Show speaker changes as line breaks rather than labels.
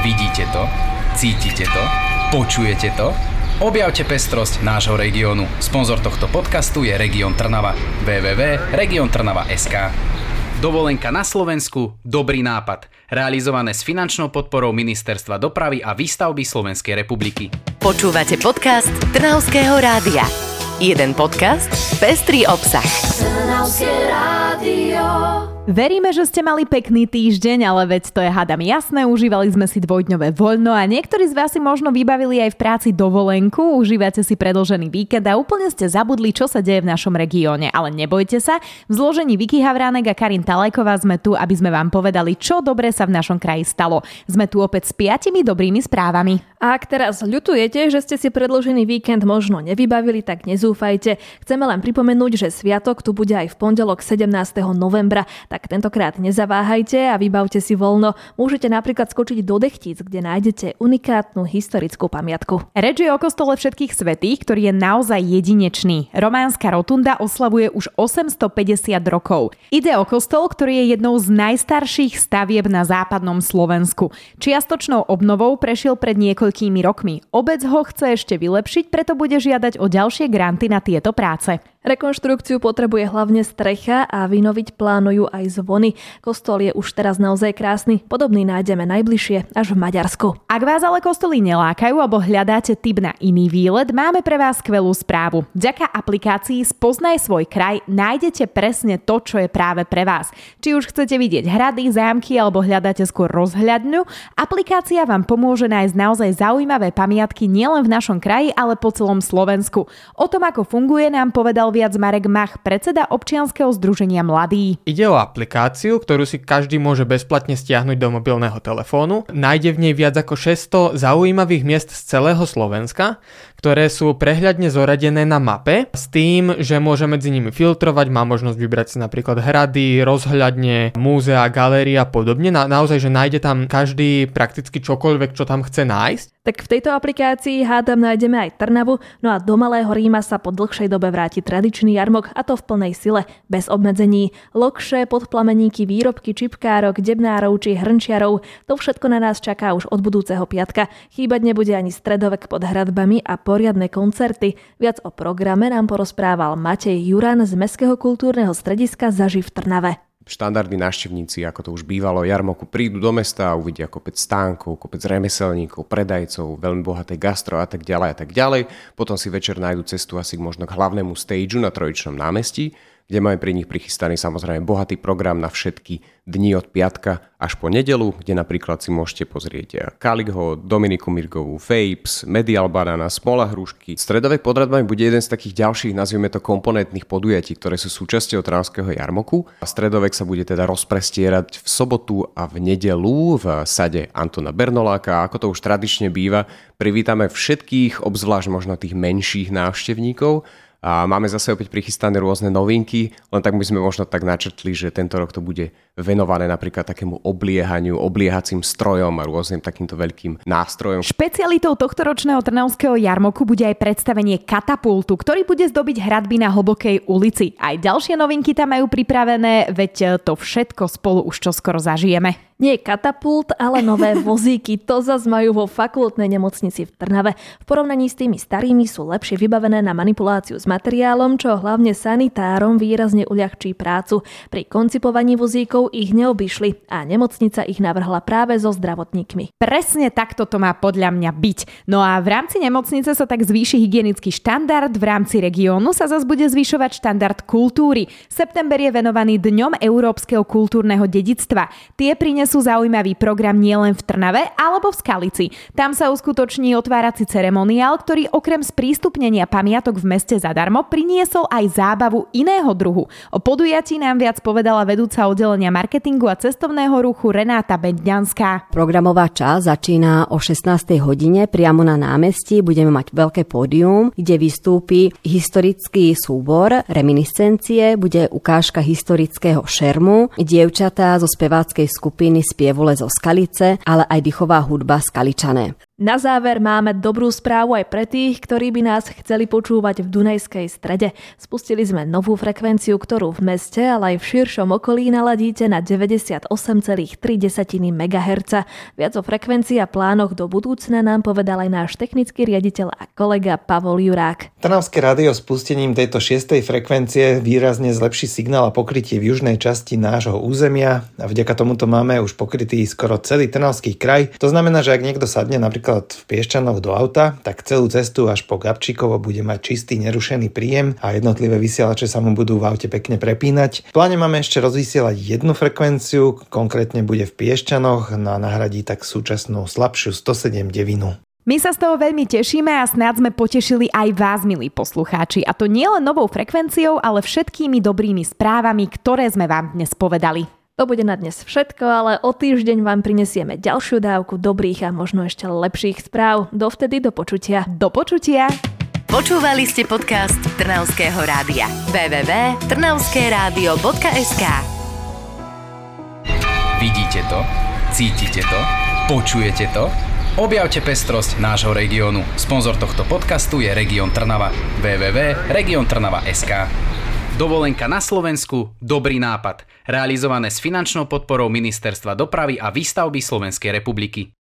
Vidíte to? Cítite to? Počujete to? Objavte pestrosť nášho regiónu. Sponzor tohto podcastu je Región Trnava. www.regiontrnava.sk. Dovolenka na Slovensku, dobrý nápad. Realizované s finančnou podporou Ministerstva dopravy a výstavby Slovenskej republiky.
Počúvate podcast Trnavského rádia. Jeden podcast, pestrý obsah. Trnavské rádio.
Veríme, že ste mali pekný týždeň, ale veď to je hádam jasné, užívali sme si dvojdňové voľno a niektorí z vás si možno vybavili aj v práci dovolenku, užívate si predĺžený víkend a úplne ste zabudli, čo sa deje v našom regióne. Ale nebojte sa, v zložení Vicky Havránek a Karin Talajková sme tu, aby sme vám povedali, čo dobre sa v našom kraji stalo. Sme tu opäť s 5 dobrými správami.
A ak teraz ľutujete, že ste si predĺžený víkend možno nevybavili, tak nezúfajte. Chceme len pripomenúť, že sviatok tu bude aj v pondelok 17. novembra. Tak tentokrát nezaváhajte a vybavte si voľno. Môžete napríklad skočiť do Dechtíc, kde nájdete unikátnu historickú pamiatku.
Reč je o kostole všetkých svätých, ktorý je naozaj jedinečný. Románska rotunda oslavuje už 850 rokov. Ide o kostol, ktorý je jednou z najstarších stavieb na západnom Slovensku. Čiastočnou obnovou prešiel pred niekoľkými rokmi. Obec ho chce ešte vylepšiť, preto bude žiadať o ďalšie granty na tieto práce.
Rekonštrukciu potrebuje hlavne strecha a vynoviť plánujú aj zvony. Kostol je už teraz naozaj krásny, podobný nájdeme najbližšie až v Maďarsku.
Ak vás ale kostoly nelákajú alebo hľadáte tip na iný výlet, máme pre vás skvelú správu. Vďaka aplikácii Spoznaj svoj kraj nájdete presne to, čo je práve pre vás. Či už chcete vidieť hrady, zámky alebo hľadáte skôr rozhľadňu, aplikácia vám pomôže nájsť naozaj zaujímavé pamiatky nielen v našom kraji, ale po celom Slovensku. O tom, ako funguje, nám povedal viac Marek Mach, predseda občianskeho združenia Mladí.
Ide o aplikáciu, ktorú si každý môže bezplatne stiahnuť do mobilného telefónu. Nájde v nej viac ako 600 zaujímavých miest z celého Slovenska, ktoré sú prehľadne zoradené na mape s tým, že môže medzi nimi filtrovať, má možnosť vybrať si napríklad hrady, rozhľadne, múzea, galérie a podobne. Naozaj, že nájde tam každý prakticky čokoľvek, čo tam chce nájsť.
Tak v tejto aplikácii hádam nájdeme aj Trnavu, no a do Malého Ríma sa po dlhšej dobe vráti tradičný jarmok, a to v plnej sile, bez obmedzení. Lokše, podplameníky, výrobky čipkárok, debnárov či hrnčiarov, to všetko na nás čaká už od budúceho piatka. Chýbať nebude ani stredovek pod hradbami a poriadne koncerty. Viac o programe nám porozprával Matej Juran z Mestského kultúrneho strediska Zaživ v Trnave.
Štandardní návštevníci, ako to už bývalo jarmoku, prídu do mesta a uvidia kopec stánkov, kopec remeselníkov, predajcov, veľmi bohaté gastro a tak ďalej. Potom si večer nájdu cestu asi možno k hlavnému stageu na Trojičnom námestí, kde máme pri nich prichystaný samozrejme bohatý program na všetky dni od piatka až po nedeľu, kde napríklad si môžete pozrieť Kaligho, Dominiku Mirgovú, Vapes, Medial Banana, Smola Hrušky. Stredovek pod hradbami bude jeden z takých ďalších, nazvime to, komponentných podujatí, ktoré sú súčasťou Trnavského jarmoku. A stredovek sa bude teda rozprestierať v sobotu a v nedeľu v sade Antona Bernoláka. A ako to už tradične býva, privítame všetkých, obzvlášť možno tých menších návštevníkov. A máme zase opäť prichystané rôzne novinky, len tak by sme možno tak načrtli, že tento rok to bude venované napríklad takému obliehaniu, obliehacím strojom a rôznym takýmto veľkým nástrojom.
Špecialitou tohtoročného Trnavského jarmoku bude aj predstavenie katapultu, ktorý bude zdobiť hradby na Hlbokej ulici. Aj ďalšie novinky tam majú pripravené, veď to všetko spolu už čoskoro zažijeme.
Nie katapult, ale nové vozíky. To zas majú vo fakultnej nemocnici v Trnave. V porovnaní s tými starými sú lepšie vybavené na manipuláciu s materiálom, čo hlavne sanitárom výrazne uľahčí prácu. Pri koncipovaní vozíkov ich neobyšli a nemocnica ich navrhla práve so zdravotníkmi.
Presne takto to má podľa mňa byť. No a v rámci nemocnice sa tak zvýši hygienický štandard, v rámci regiónu sa zas bude zvyšovať štandard kultúry. September je venovaný Dňom európskeho kultúrneho dedičstva. Tie sú zaujímavý program nielen v Trnave alebo v Skalici. Tam sa uskutoční otvárací ceremoniál, ktorý okrem sprístupnenia pamiatok v meste zadarmo priniesol aj zábavu iného druhu. O podujatí nám viac povedala vedúca oddelenia marketingu a cestovného ruchu Renáta Bedňanská.
Programová časť začína o 16. hodine priamo na námestí. Budeme mať veľké pódium, kde vystúpi historický súbor reminiscencie, bude ukážka historického šermu, dievčatá zo speváckej skupiny Spievule zo Skalice, ale aj dychová hudba Skaličané.
Na záver máme dobrú správu aj pre tých, ktorí by nás chceli počúvať v Dunajskej Strede. Spustili sme novú frekvenciu, ktorú v meste, ale aj v širšom okolí naladíte na 98,3 MHz. Viac o frekvencii a plánoch do budúcna nám povedal aj náš technický riaditeľ a kolega Pavol Jurák.
Trnavské rádio spustením tejto 6. frekvencie výrazne zlepší signál a pokrytie v južnej časti nášho územia a vďaka tomuto máme už pokrytý skoro celý Trnavský kraj. To znamená, že ak niekto sadne napríklad v Piešťanoch do auta, tak celú cestu až po Gabčíkovo bude mať čistý nerušený príjem a jednotlivé vysielače sa mu budú v aute pekne prepínať. V pláne máme ešte rozvysielať jednu frekvenciu, konkrétne bude v Piešťanoch, no a nahradí tak súčasnú slabšiu 107 devinu.
My sa z toho veľmi tešíme a snáď sme potešili aj vás, milí poslucháči. A to nie len novou frekvenciou, ale všetkými dobrými správami, ktoré sme vám dnes povedali.
To bude na dnes všetko, ale o týždeň vám prinesieme ďalšiu dávku dobrých a možno ešte lepších správ. Dovtedy do počutia.
Do počutia.
Počúvali ste podcast Trnavského rádia. www.trnavskeradio.sk.
Vidíte to? Cítite to? Počujete to? Objavte pestrosť nášho regiónu. Sponzor tohto podcastu je Región Trnava. www.regiontrnava.sk. Dovolenka na Slovensku, dobrý nápad. Realizované s finančnou podporou Ministerstva dopravy a výstavby Slovenskej republiky.